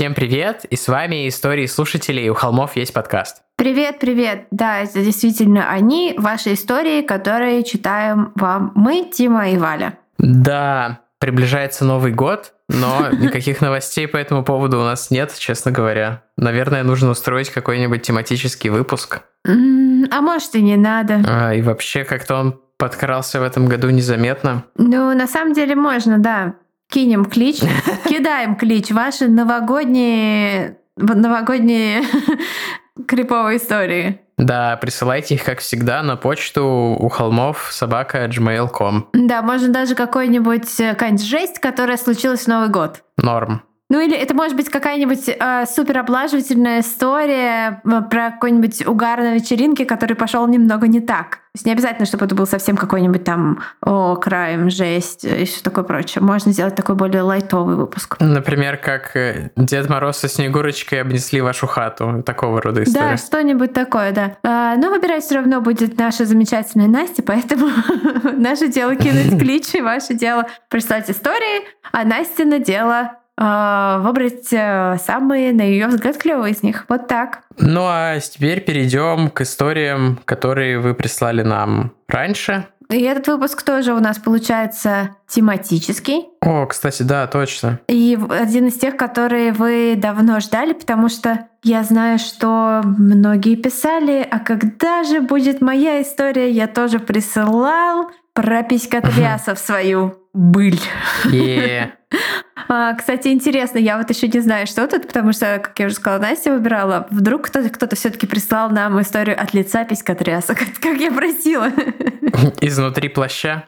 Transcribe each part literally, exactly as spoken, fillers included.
Всем привет, и с вами истории слушателей «У холмов есть подкаст». Привет, привет. Да, это действительно они, ваши истории, которые читаем вам мы, Тима и Валя. Да, приближается Новый год, но никаких новостей по этому поводу у нас нет, честно говоря. Наверное, нужно устроить какой-нибудь тематический выпуск. А может и не надо. А, и вообще как-то он подкрался в этом году незаметно. Ну, на самом деле можно, да. Кинем клич, кидаем клич. Ваши новогодние, новогодние криповые истории. Да, присылайте их, как всегда, на почту у холмов собака джимейл точка ком. Да, можно даже какой-нибудь, какая-нибудь жесть, которая случилась в Новый год. Норм. Ну или это может быть какая-нибудь э, супероблаживательная история про какой-нибудь угар на вечеринке, который пошел немного не так. То есть не обязательно, чтобы это был совсем какой-нибудь там о, крайм, жесть и все такое прочее. Можно сделать такой более лайтовый выпуск. Например, как Дед Мороз со Снегурочкой обнесли вашу хату. Такого рода история. Да, что-нибудь такое, да. А, но выбирать все равно будет наша замечательная Настя, поэтому наше дело кинуть клич, и ваше дело прислать истории, а Настина дело выбрать самые, на ее взгляд, клевые из них. Вот так. Ну а теперь перейдем к историям, которые вы прислали нам раньше. И этот выпуск тоже у нас получается тематический. О, кстати, да, точно. И один из тех, которые вы давно ждали, потому что я знаю, что многие писали, а когда же будет моя история? Я тоже присылал про писькотрясов свою быль. Yeah. А, кстати, интересно, я вот еще не знаю, что тут, потому что, как я уже сказала, Настя выбирала. Вдруг кто-то, кто-то все-таки прислал нам историю от лица писькотряса, как, как я просила. Изнутри плаща?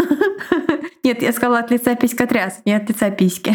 Нет, я сказала от лица писькотряса, не от лица письки.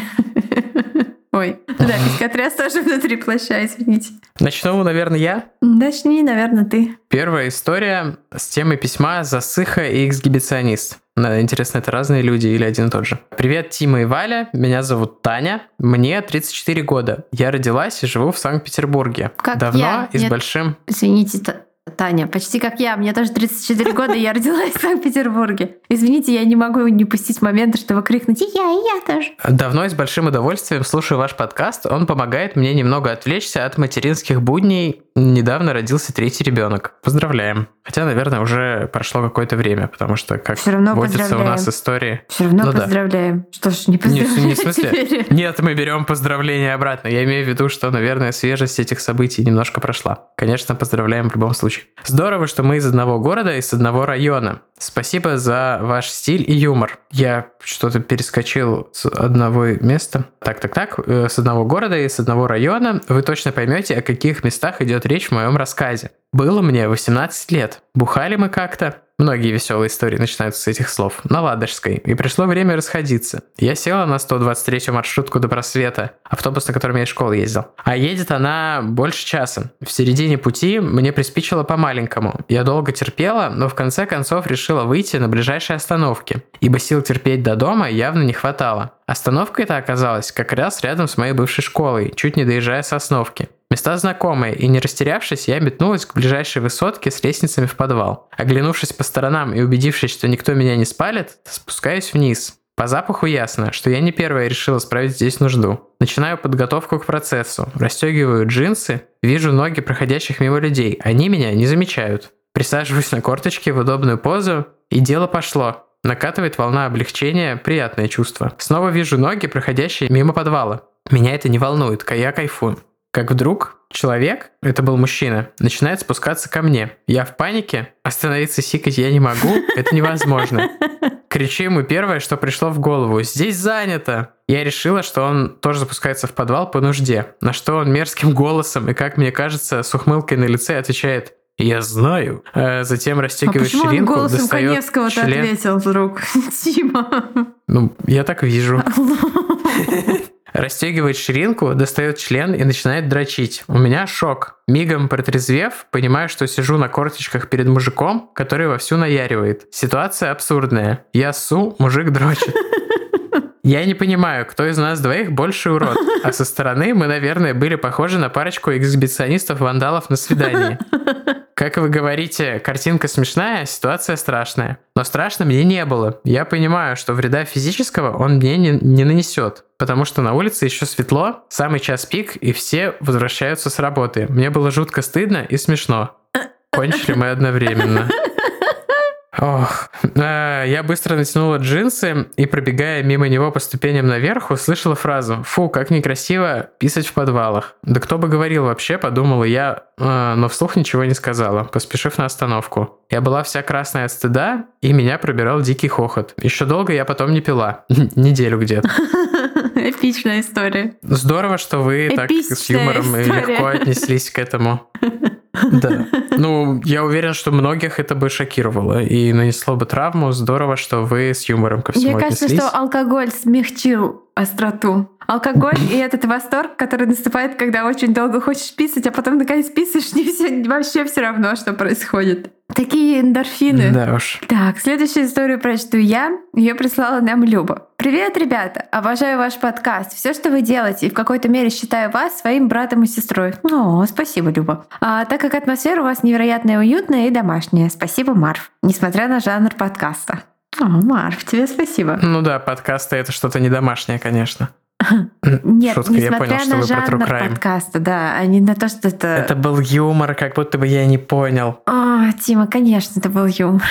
Ой, да, писькотряс тоже внутри плаща, извините. Начну, наверное, я? Начни, наверное, ты. Первая история с темой письма «Засыха и эксгибиционист». Интересно, это разные люди или один и тот же? Привет, Тима и Валя. Меня зовут Таня. Мне тридцать четыре года. Я родилась и живу в Санкт-Петербурге. Как Давно я? и с Нет. большим... Извините, Таня, почти как я. Мне тоже тридцать четыре года, и я родилась в Санкт-Петербурге. Извините, я не могу не пустить момента, чтобы крикнуть «И я, и я тоже». Давно и с большим удовольствием слушаю ваш подкаст. Он помогает мне немного отвлечься от материнских будней. Недавно родился третий ребенок. Поздравляем. Хотя, наверное, уже прошло какое-то время, потому что, как водится у нас истории... Все равно ну, поздравляем. Да. Что ж, не поздравляем не, не в смысле? Нет, мы берем поздравления обратно. Я имею в виду, что, наверное, свежесть этих событий немножко прошла. Конечно, поздравляем в любом случае. Здорово, что мы из одного города и с одного района. Спасибо за ваш стиль и юмор. Я что-то перескочил с одного места. Так, так, так. С одного города и с одного района. Вы точно поймете, о каких местах идет речь в моем рассказе. Было мне восемнадцать лет. Бухали мы как-то. Многие веселые истории начинаются с этих слов. На Ладожской. И пришло время расходиться. Я села на сто двадцать третью маршрутку до Просвета. Автобус, на котором я из школы ездил. А едет она больше часа. В середине пути мне приспичило по-маленькому. Я долго терпела, но в конце концов решила выйти на ближайшей остановке. Ибо сил терпеть до дома явно не хватало. Остановка эта оказалась как раз рядом с моей бывшей школой, чуть не доезжая с Сосновки. Места знакомые, и не растерявшись, я метнулась к ближайшей высотке с лестницами в подвал. Оглянувшись по сторонам и убедившись, что никто меня не спалит, спускаюсь вниз. По запаху ясно, что я не первая решила справить здесь нужду. Начинаю подготовку к процессу, расстегиваю джинсы, вижу ноги проходящих мимо людей, они меня не замечают. Присаживаюсь на корточки в удобную позу, и дело пошло. Накатывает волна облегчения, приятное чувство. Снова вижу ноги, проходящие мимо подвала. Меня это не волнует, я кайфую. Как вдруг человек, это был мужчина, начинает спускаться ко мне. Я в панике, остановиться сикать я не могу, это невозможно. Кричу ему первое, что пришло в голову: «Здесь занято!» Я решила, что он тоже запускается в подвал по нужде, на что он мерзким голосом и, как мне кажется, с ухмылкой на лице отвечает: «Я знаю». А затем расстегивает а ширинку, он голосом достает Коневского член. Ты ответил вдруг, Тима? Ну, я так вижу. Расстегивает ширинку, достает член и начинает дрочить. У меня шок. Мигом протрезвев, понимаю, что сижу на корточках перед мужиком, который вовсю наяривает. Ситуация абсурдная. Я ссу, мужик дрочит. Я не понимаю, кто из нас двоих больше урод. А со стороны мы, наверное, были похожи на парочку эксгибиционистов-вандалов на свидании. Как вы говорите, картинка смешная, ситуация страшная. Но страшно мне не было. Я понимаю, что вреда физического он мне не, не нанесет, потому что на улице еще светло, самый час пик, и все возвращаются с работы. Мне было жутко стыдно и смешно. Кончили мы одновременно. Ох, я быстро натянула джинсы и, пробегая мимо него по ступеням наверх, услышала фразу: «Фу, как некрасиво писать в подвалах». Да кто бы говорил вообще, подумала я, но вслух ничего не сказала, поспешив на остановку. Я была вся красная от стыда, и меня пробирал дикий хохот. Еще долго я потом не пила. Неделю где-то. Эпичная история. Здорово, что вы так с юмором и легко отнеслись к этому. Да. Ну, я уверен, что многих это бы шокировало и нанесло бы травму. Здорово, что вы с юмором ко всему Мне отнеслись. кажется, что алкоголь смягчил остроту. Алкоголь и этот восторг, который наступает, когда очень долго хочешь писать, а потом наконец писаешь, не все, вообще все равно, что происходит. Такие эндорфины. Да уж. Так, следующую историю прочту я. Ее прислала нам Люба. Привет, ребята! Обожаю ваш подкаст. Все, что вы делаете, и в какой-то мере считаю вас своим братом и сестрой. О, спасибо, Люба. А, так как атмосфера у вас невероятно уютная и домашняя. Спасибо, Марв. Несмотря на жанр подкаста. О, Марв, тебе спасибо. Ну да, подкасты — это что-то не домашнее, конечно. Нет, Шутка, несмотря я понял, что на вы про True жанр Crime. подкаста, да, а не на то, что это... Это был юмор, как будто бы я не понял. О, Тима, конечно, это был юмор.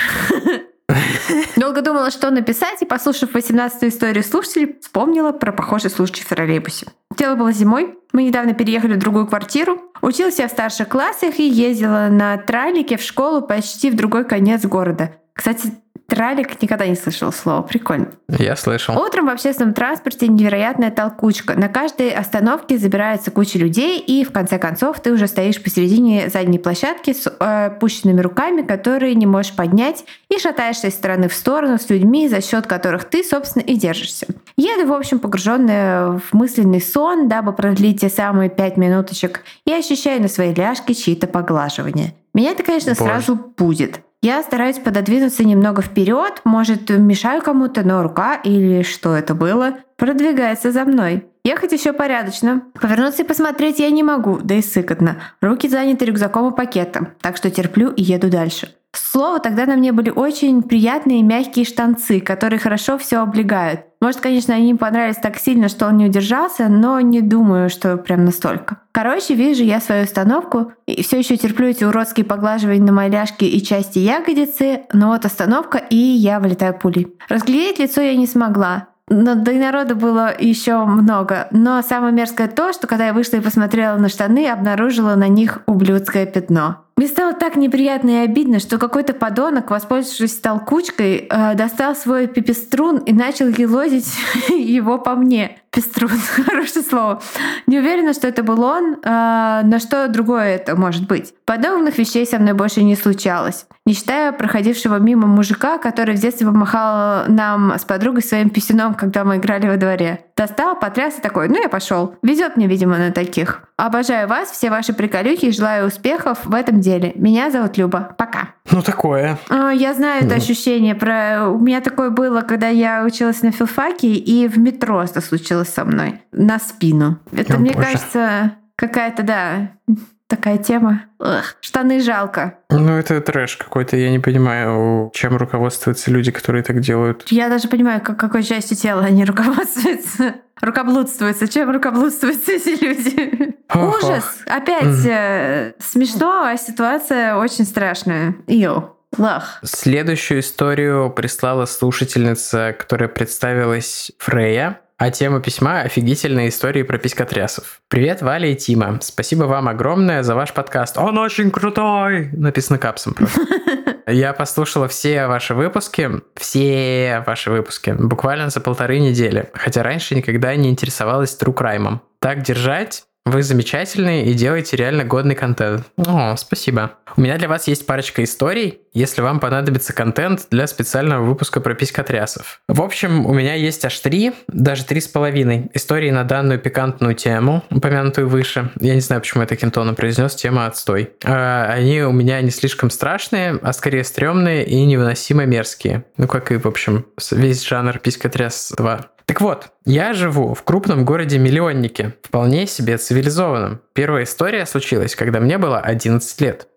Долго думала, что написать, и, послушав восемнадцатую историю слушателей, вспомнила про похожий случай в троллейбусе. Дело было зимой, мы недавно переехали в другую квартиру, училась я в старших классах и ездила на тралике в школу почти в другой конец города. Кстати, тралик никогда не слышала слова. Прикольно. Я слышал. Утром в общественном транспорте невероятная толкучка. На каждой остановке забирается куча людей, и в конце концов ты уже стоишь посередине задней площадки с э, опущенными руками, которые не можешь поднять, и шатаешься из стороны в сторону с людьми, за счет которых ты, собственно, и держишься. Еду, в общем, погруженная в мысленный сон, дабы продлить те самые пять минуточек, и ощущаю на своей ляжке чьи-то поглаживания. Меня это, конечно, Боже. сразу будет. Я стараюсь пододвинуться немного вперед, может, мешаю кому-то, но рука или что это было, продвигается за мной. Ехать еще порядочно. Повернуться и посмотреть я не могу, да и сыкотно. Руки заняты рюкзаком и пакетом, так что терплю и еду дальше. К слову, тогда на мне были очень приятные мягкие штанцы, которые хорошо все облегают. Может, конечно, они им понравились так сильно, что он не удержался, но не думаю, что прям настолько. Короче, вижу я свою остановку и все еще терплю эти уродские поглаживания на моей ляжке и части ягодицы, но вот остановка, и я вылетаю пулей. Разглядеть лицо я не смогла. Но, да и народу было еще много. Но самое мерзкое то, что когда я вышла и посмотрела на штаны, обнаружила на них ублюдское пятно. Мне стало так неприятно и обидно, что какой-то подонок, воспользовавшись толкучкой, э, достал свой пипиструн и начал елозить его по мне. Пеструн, хорошее слово. Не уверена, что это был он, э, но что другое это может быть. Подобных вещей со мной больше не случалось. Не считая проходившего мимо мужика, который в детстве помахал нам с подругой своим писюном, когда мы играли во дворе. Достал, потряс и такой: ну я пошел. Везет мне, видимо, на таких. Обожаю вас, все ваши приколюхи, и желаю успехов в этом деле. Меня зовут Люба. Пока. Ну такое. Я знаю это ощущение. Про... У меня такое было, когда я училась на филфаке, и в метро это случилось со мной. На спину. Это, О, мне боже. кажется, какая-то, да, такая тема. Эх, штаны жалко. Ну это трэш какой-то. Я не понимаю, чем руководствуются люди, которые так делают. Я даже понимаю, как, какой частью тела они руководствуются. Рукоблудствуются. Чем рукоблудствуются эти люди? Ох, Ужас! Опять э, смешно, а ситуация очень страшная. Йоу. Лах. Следующую историю прислала слушательница, которая представилась Фрея. А тема письма — офигительные истории про писькотрясов. Привет, Валя и Тима. Спасибо вам огромное за ваш подкаст. Он очень крутой! Написано капсом просто. Я послушала все ваши выпуски, все ваши выпуски, буквально за полторы недели. Хотя раньше никогда не интересовалась true crime. Так держать. Вы замечательные и делаете реально годный контент. О, спасибо. У меня для вас есть парочка историй, если вам понадобится контент для специального выпуска про писькотрясов. В общем, у меня есть аж три, даже три с половиной истории на данную пикантную тему, упомянутую выше. Я не знаю, почему я таким тоном произнес, тема отстой. А, они у меня не слишком страшные, а скорее стрёмные и невыносимо мерзкие. Ну, как и, в общем, весь жанр писькотряс два. Так вот, я живу в крупном городе-миллионнике, вполне себе цивилизованном. Первая история случилась, когда мне было одиннадцать лет.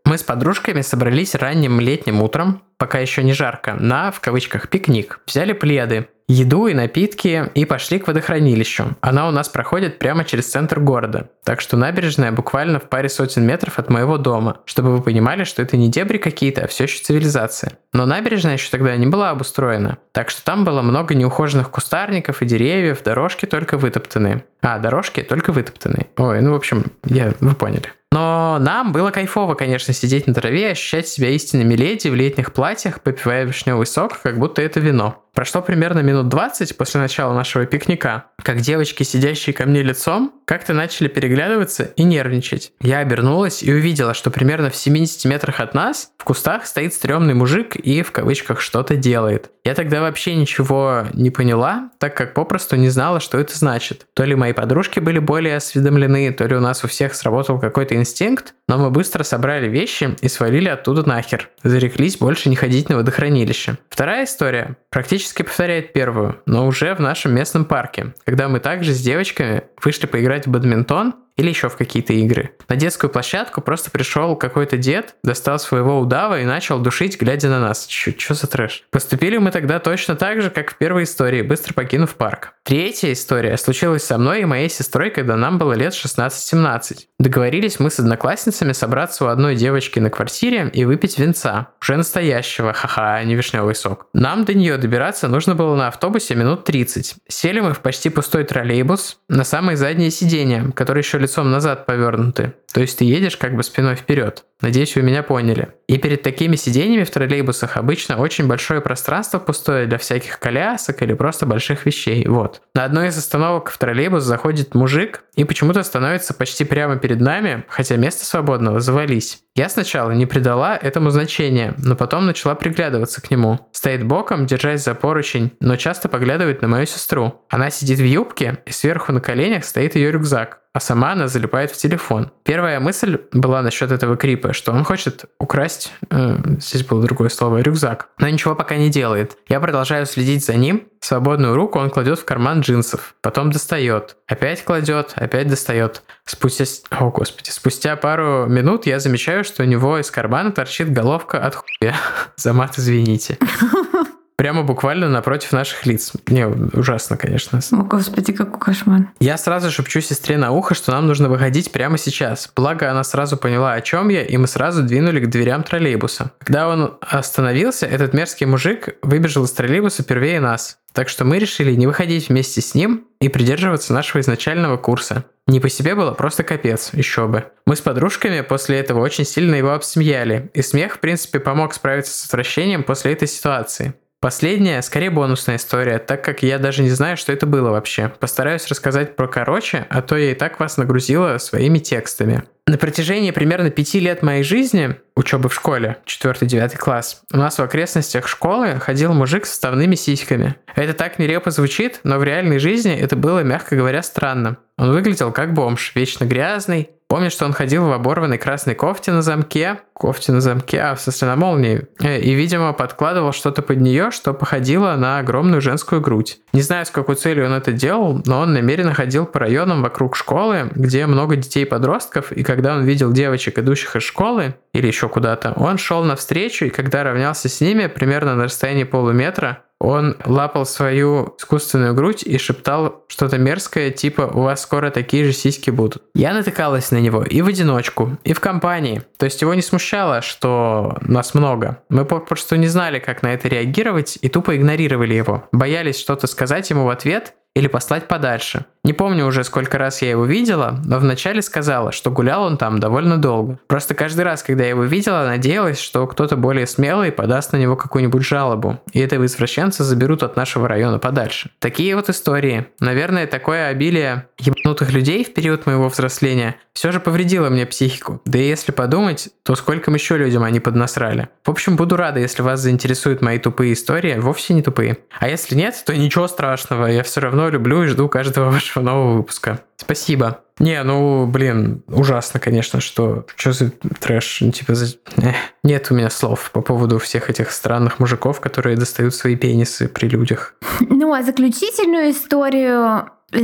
Мы с подружками собрались ранним летним утром, пока еще не жарко, на, в кавычках, пикник. Взяли пледы, еду и напитки и пошли к водохранилищу. Она у нас проходит прямо через центр города, так что набережная буквально в паре сотен метров от моего дома, чтобы вы понимали, что это не дебри какие-то, а все еще цивилизация. Но набережная еще тогда не была обустроена, так что там было много неухоженных кустарников и деревьев, дорожки только вытоптанные. А, дорожки только вытоптанные. Ой, ну в общем, я, вы поняли. Но нам было кайфово, конечно, сидеть на траве и ощущать себя истинными леди в летних платьях, попивая вишневый сок, как будто это вино. Прошло примерно минут двадцать после начала нашего пикника, как девочки, сидящие ко мне лицом, как-то начали переглядываться и нервничать. Я обернулась и увидела, что примерно в семидесяти метрах от нас в кустах стоит стрёмный мужик и в кавычках что-то делает. Я тогда вообще ничего не поняла, так как попросту не знала, что это значит. То ли мои подружки были более осведомлены, то ли у нас у всех сработал какой-то инстинкт, но мы быстро собрали вещи и свалили оттуда нахер. Зареклись больше не ходить на водохранилище. Вторая история практически повторяет первую, но уже в нашем местном парке, когда мы также с девочками вышли поиграть в бадминтон или еще в какие-то игры. На детскую площадку просто пришел какой-то дед, достал своего удава и начал душить, глядя на нас. Чё, чё за трэш? Поступили мы тогда точно так же, как в первой истории, быстро покинув парк. Третья история случилась со мной и моей сестрой, когда нам было лет шестнадцать-семнадцать. Договорились мы с одноклассницами собраться у одной девочки на квартире и выпить винца. Уже настоящего, ха-ха, а не вишневый сок. Нам до нее добираться нужно было на автобусе минут тридцать. Сели мы в почти пустой троллейбус на самое заднее сиденье, которое еще лицом назад повернуты. То есть ты едешь как бы спиной вперед. Надеюсь, вы меня поняли. И перед такими сиденьями в троллейбусах обычно очень большое пространство пустое для всяких колясок или просто больших вещей. Вот. На одной из остановок в троллейбус заходит мужик и почему-то становится почти прямо перед нами, хотя место свободного, завались. Я сначала не придала этому значения, но потом начала приглядываться к нему. Стоит боком, держась за поручень, но часто поглядывает на мою сестру. Она сидит в юбке, и сверху на коленях стоит ее рюкзак, а сама она залипает в телефон. Первая мысль была насчет этого крипа, что он хочет украсть, э, здесь было другое слово, рюкзак, но ничего пока не делает. Я продолжаю следить за ним. Свободную руку он кладет в карман джинсов, потом достает, опять кладет, опять достает. Спустя, о господи, спустя пару минут я замечаю, что у него из кармана торчит головка от хуя. За мат извините. Прямо буквально напротив наших лиц. Не, ужасно, конечно. О, господи, какой кошмар. Я сразу шепчу сестре на ухо, что нам нужно выходить прямо сейчас. Благо, она сразу поняла, о чем я, и мы сразу двинули к дверям троллейбуса. Когда он остановился, этот мерзкий мужик выбежал из троллейбуса первее нас. Так что мы решили не выходить вместе с ним и придерживаться нашего изначального курса. Не по себе было просто капец, еще бы. Мы с подружками после этого очень сильно его обсмеяли, и смех, в принципе, помог справиться с отвращением после этой ситуации. Последняя, скорее бонусная история, так как я даже не знаю, что это было вообще. Постараюсь рассказать про короче, а то я и так вас нагрузила своими текстами. На протяжении примерно пяти лет моей жизни, учебы в школе, четвёртый-девятый класс, у нас в окрестностях школы ходил мужик с вставными сиськами. Это так нелепо звучит, но в реальной жизни это было, мягко говоря, странно. Он выглядел как бомж, вечно грязный. Помню, что он ходил в оборванной красной кофте на замке, кофте на замке, а в смысле на молнии, и, видимо, подкладывал что-то под нее, что походило на огромную женскую грудь. Не знаю, с какой целью он это делал, но он намеренно ходил по районам вокруг школы, где много детей-подростков, и когда он видел девочек, идущих из школы, или еще куда-то, он шел навстречу, и когда равнялся с ними, примерно на расстоянии полуметра, он лапал свою искусственную грудь и шептал что-то мерзкое, типа «У вас скоро такие же сиськи будут». Я натыкалась на него и в одиночку, и в компании. То есть его не смущало, что нас много. Мы просто не знали, как на это реагировать, и тупо игнорировали его. Боялись что-то сказать ему в ответ или послать подальше. Не помню уже, сколько раз я его видела, но вначале сказала, что гулял он там довольно долго. Просто каждый раз, когда я его видела, надеялась, что кто-то более смелый подаст на него какую-нибудь жалобу, и этого извращенца заберут от нашего района подальше. Такие вот истории. Наверное, такое обилие ебанутых людей в период моего взросления все же повредило мне психику. Да и если подумать, то скольким еще людям они поднасрали. В общем, буду рада, если вас заинтересуют мои тупые истории, вовсе не тупые. А если нет, то ничего страшного, я все равно люблю и жду каждого вашего нового выпуска. Спасибо. Не, ну, блин, ужасно, конечно, что... Что за трэш? Типа, за... Эх, нет у меня слов по поводу всех этих странных мужиков, которые достают свои пенисы при людях. Ну, а заключительную историю из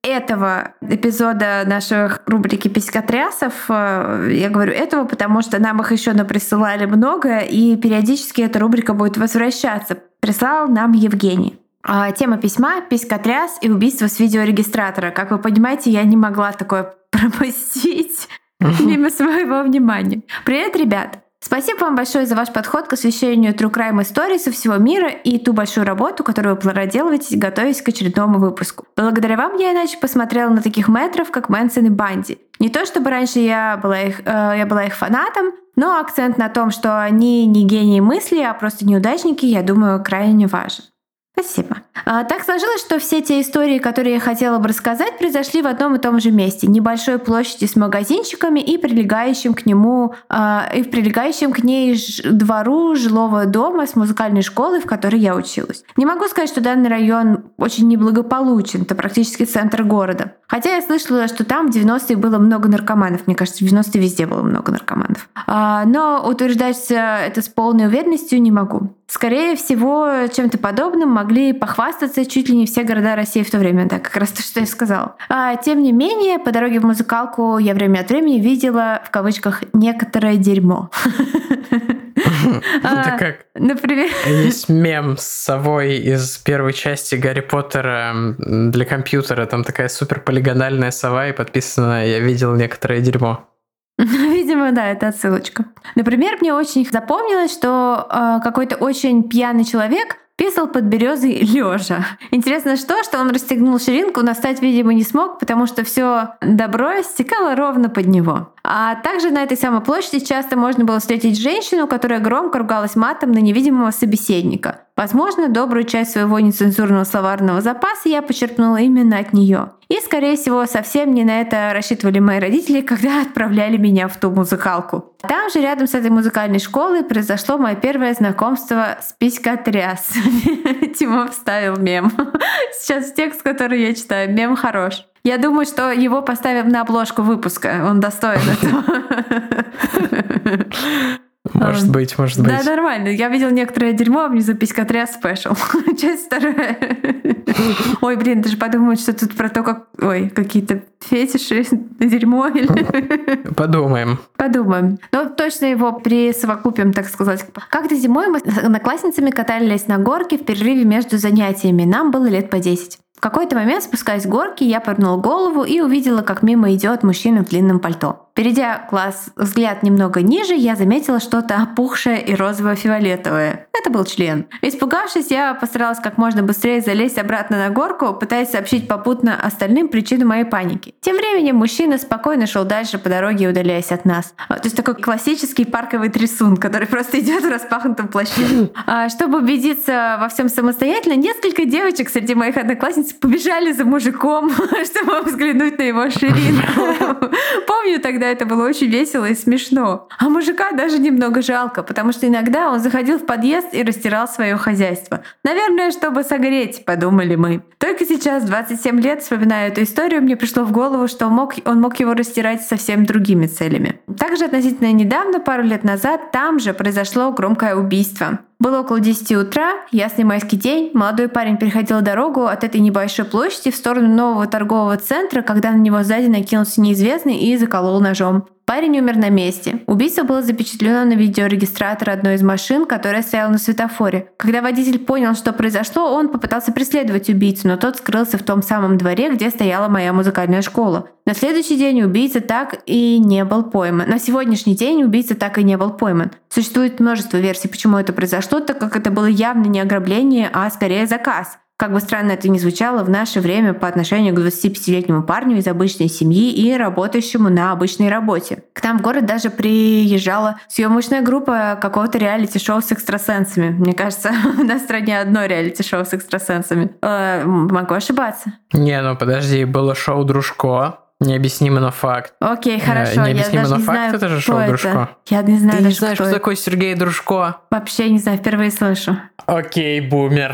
этого эпизода наших рубрики «Писькотрясов». Я говорю этого, потому что нам их еще наприсылали много, и периодически эта рубрика будет возвращаться. Прислал нам Евгений. Тема письма «Писькотряс и убийство с видеорегистратора». Как вы понимаете, я не могла такое пропустить мимо своего внимания. Привет, ребят! Спасибо вам большое за ваш подход к освещению True Crime историй со всего мира и ту большую работу, которую вы проделываете, готовясь к очередному выпуску. Благодаря вам я иначе посмотрела на таких мэтров, как Мэнсон и Банди. Не то чтобы раньше я была их, э, я была их фанатом, но акцент на том, что они не гении мысли, а просто неудачники, я думаю, крайне важен. Спасибо. А, так сложилось, что все те истории, которые я хотела бы рассказать, произошли в одном и том же месте. Небольшой площади с магазинчиками и прилегающим к нему, а, и в прилегающем к ней ж, двору жилого дома с музыкальной школой, в которой я училась. Не могу сказать, что данный район очень неблагополучен, это практически центр города. Хотя я слышала, что там в девяностые было много наркоманов. Мне кажется, в девяностые везде было много наркоманов. А, но утверждать это с полной уверенностью не могу. Скорее всего, чем-то подобным могли похвастаться чуть ли не все города России в то время. Да, как раз то, что я сказала. А, тем не менее, по дороге в музыкалку я время от времени видела, в кавычках, некоторое дерьмо. Это как? Например... Есть мем с совой из первой части Гарри Поттера для компьютера. Там такая супер полигональная сова, и подписано «Я видел некоторое дерьмо». Видимо, да, это отсылочка. Например, мне очень запомнилось, что э, какой-то очень пьяный человек писал под березой лежа. Интересно, что, что он расстегнул ширинку, но встать, видимо, не смог, потому что все добро стекало ровно под него. А также на этой самой площади часто можно было встретить женщину, которая громко ругалась матом на невидимого собеседника. Возможно, добрую часть своего нецензурного словарного запаса я почерпнула именно от нее. И, скорее всего, совсем не на это рассчитывали мои родители, когда отправляли меня в ту музыкалку. Там же, рядом с этой музыкальной школой, произошло мое первое знакомство с «Писькотряс». Тима вставил мем. Сейчас текст, который я читаю, мем хорош. Я думаю, что его поставим на обложку выпуска. Он достоин этого. Может быть, может быть. Да, нормально. Я видел некоторое дерьмо, а внизу «Писькотряс спешл». Часть вторая. Ой, блин, даже подумают, что тут про то, как... Ой, какие-то фетиши, дерьмо. Подумаем. Подумаем. Ну, точно его присовокупим, так сказать. Как-то зимой мы с одноклассницами катались на горке в перерыве между занятиями. Нам было лет по десять. В какой-то момент, спускаясь с горки, я повернула голову и увидела, как мимо идет мужчина в длинном пальто. Перейдя класс взгляд немного ниже, я заметила что-то опухшее и розово-фиолетовое. Это был член. Испугавшись, я постаралась как можно быстрее залезть обратно на горку, пытаясь сообщить попутно остальным причину моей паники. Тем временем мужчина спокойно шел дальше по дороге, удаляясь от нас. То есть такой классический парковый трясун, который просто идет в распахнутом плаще. Чтобы убедиться во всем самостоятельно, несколько девочек среди моих одноклассниц побежали за мужиком, чтобы взглянуть на его ширинку. Помню, тогда это было очень весело и смешно. А мужика даже немного жалко, потому что иногда он заходил в подъезд и растирал свое хозяйство. Наверное, чтобы согреть, подумали мы. Только сейчас, двадцать семь лет, вспоминая эту историю, мне пришло в голову, что он мог, он мог его растирать совсем другими целями. Также относительно недавно, пару лет назад, там же произошло громкое убийство. Было около десяти утра, ясный майский день, молодой парень переходил дорогу от этой небольшой площади в сторону нового торгового центра, когда на него сзади накинулся неизвестный и заколол ножом. Парень умер на месте. Убийство было запечатлено на видеорегистратор одной из машин, которая стояла на светофоре. Когда водитель понял, что произошло, он попытался преследовать убийцу, но тот скрылся в том самом дворе, где стояла моя музыкальная школа. На следующий день убийца так и не был пойман. На сегодняшний день убийца так и не был пойман. Существует множество версий, почему это произошло, так как это было явно не ограбление, а скорее заказ. Как бы странно это ни звучало, в наше время по отношению к двадцатипятилетнему парню из обычной семьи и работающему на обычной работе. К нам в город даже приезжала съемочная группа какого-то реалити-шоу с экстрасенсами. Мне кажется, на стране одно реалити-шоу с экстрасенсами. Э, могу ошибаться. Не, ну подожди, было шоу «Дружко». Необъяснимо, но факт. Окей, хорошо. Необъяснимо, я даже но не факт знаю, это же шоу это. Дружко. Я не знаю Ты даже, не знаешь, кто, кто это. такой Сергей Дружко? Вообще не знаю, впервые слышу. Окей, бумер.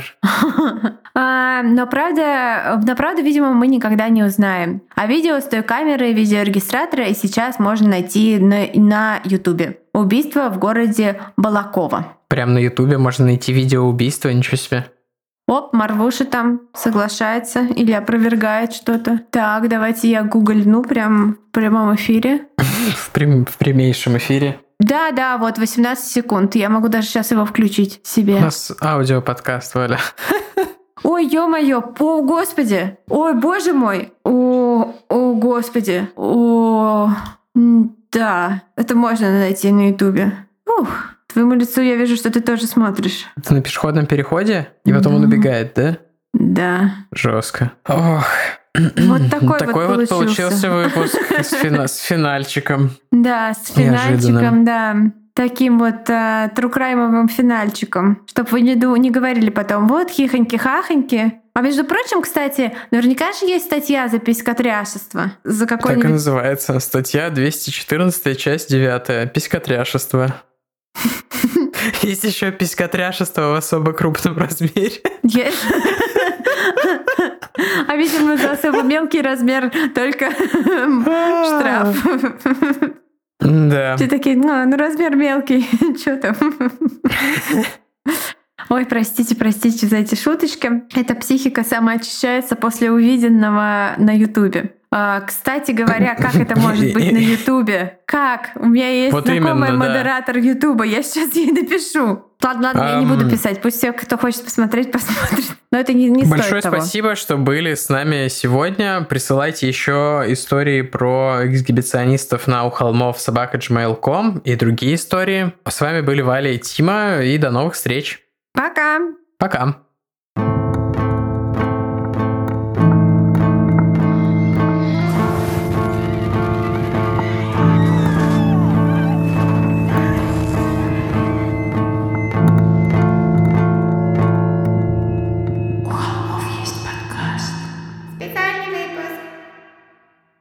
а, но правда, но правда, видимо, мы никогда не узнаем. А видео с той камеры и видеорегистратора и сейчас можно найти на, на Ютубе. Убийство в городе Балаково. Прям на Ютубе можно найти видео убийства, ничего себе. Оп, Марвуша там соглашается или опровергает что-то. Так, давайте я гугльну прям в прямом эфире. В, прям, в прямейшем эфире. Да, да, вот восемнадцать секунд. Я могу даже сейчас его включить себе. У нас аудиоподкаст, Валя. Ой, ё-моё, о, господи. Ой, боже мой. О, о, господи. О, да, это можно найти на ютубе. Ух. Твоему лицу я вижу, что ты тоже смотришь. Ты на пешеходном переходе? И потом да. он убегает, да? Да. Жестко. Ох. Вот такой, такой вот, вот получился. получился выпуск с, фина- с финальчиком. Да, с финальчиком, Неожиданным. да. Таким вот э, трукраймовым финальчиком. Чтоб вы не, ду- не говорили потом, вот хихоньки-хахоньки. А между прочим, кстати, наверняка же есть статья за писькотряшество. За Так и какой-нибудь... называется. Статья двести четырнадцать, часть девятая. Писькотряшество. Есть еще писькотряшество в особо крупном размере. Есть. А видимо, за особо мелкий размер только штраф. Да. Все такие, ну, ну размер мелкий, что там? Ой, простите, простите за эти шуточки. Эта психика самоочищается после увиденного на Ютубе. А, кстати говоря, как это может быть на Ютубе? Как? У меня есть Вот знакомая именно, да. модератор Ютуба, я сейчас ей напишу. Ладно, ладно, я не буду писать. Пусть все, кто хочет посмотреть, посмотрит. Но это не, не Большое стоит того. спасибо, что были с нами сегодня. Присылайте еще истории про эксгибиционистов на у холмов собака джи мейл точка ком и другие истории. С вами были Валя и Тима, и до новых встреч. Пока! Пока!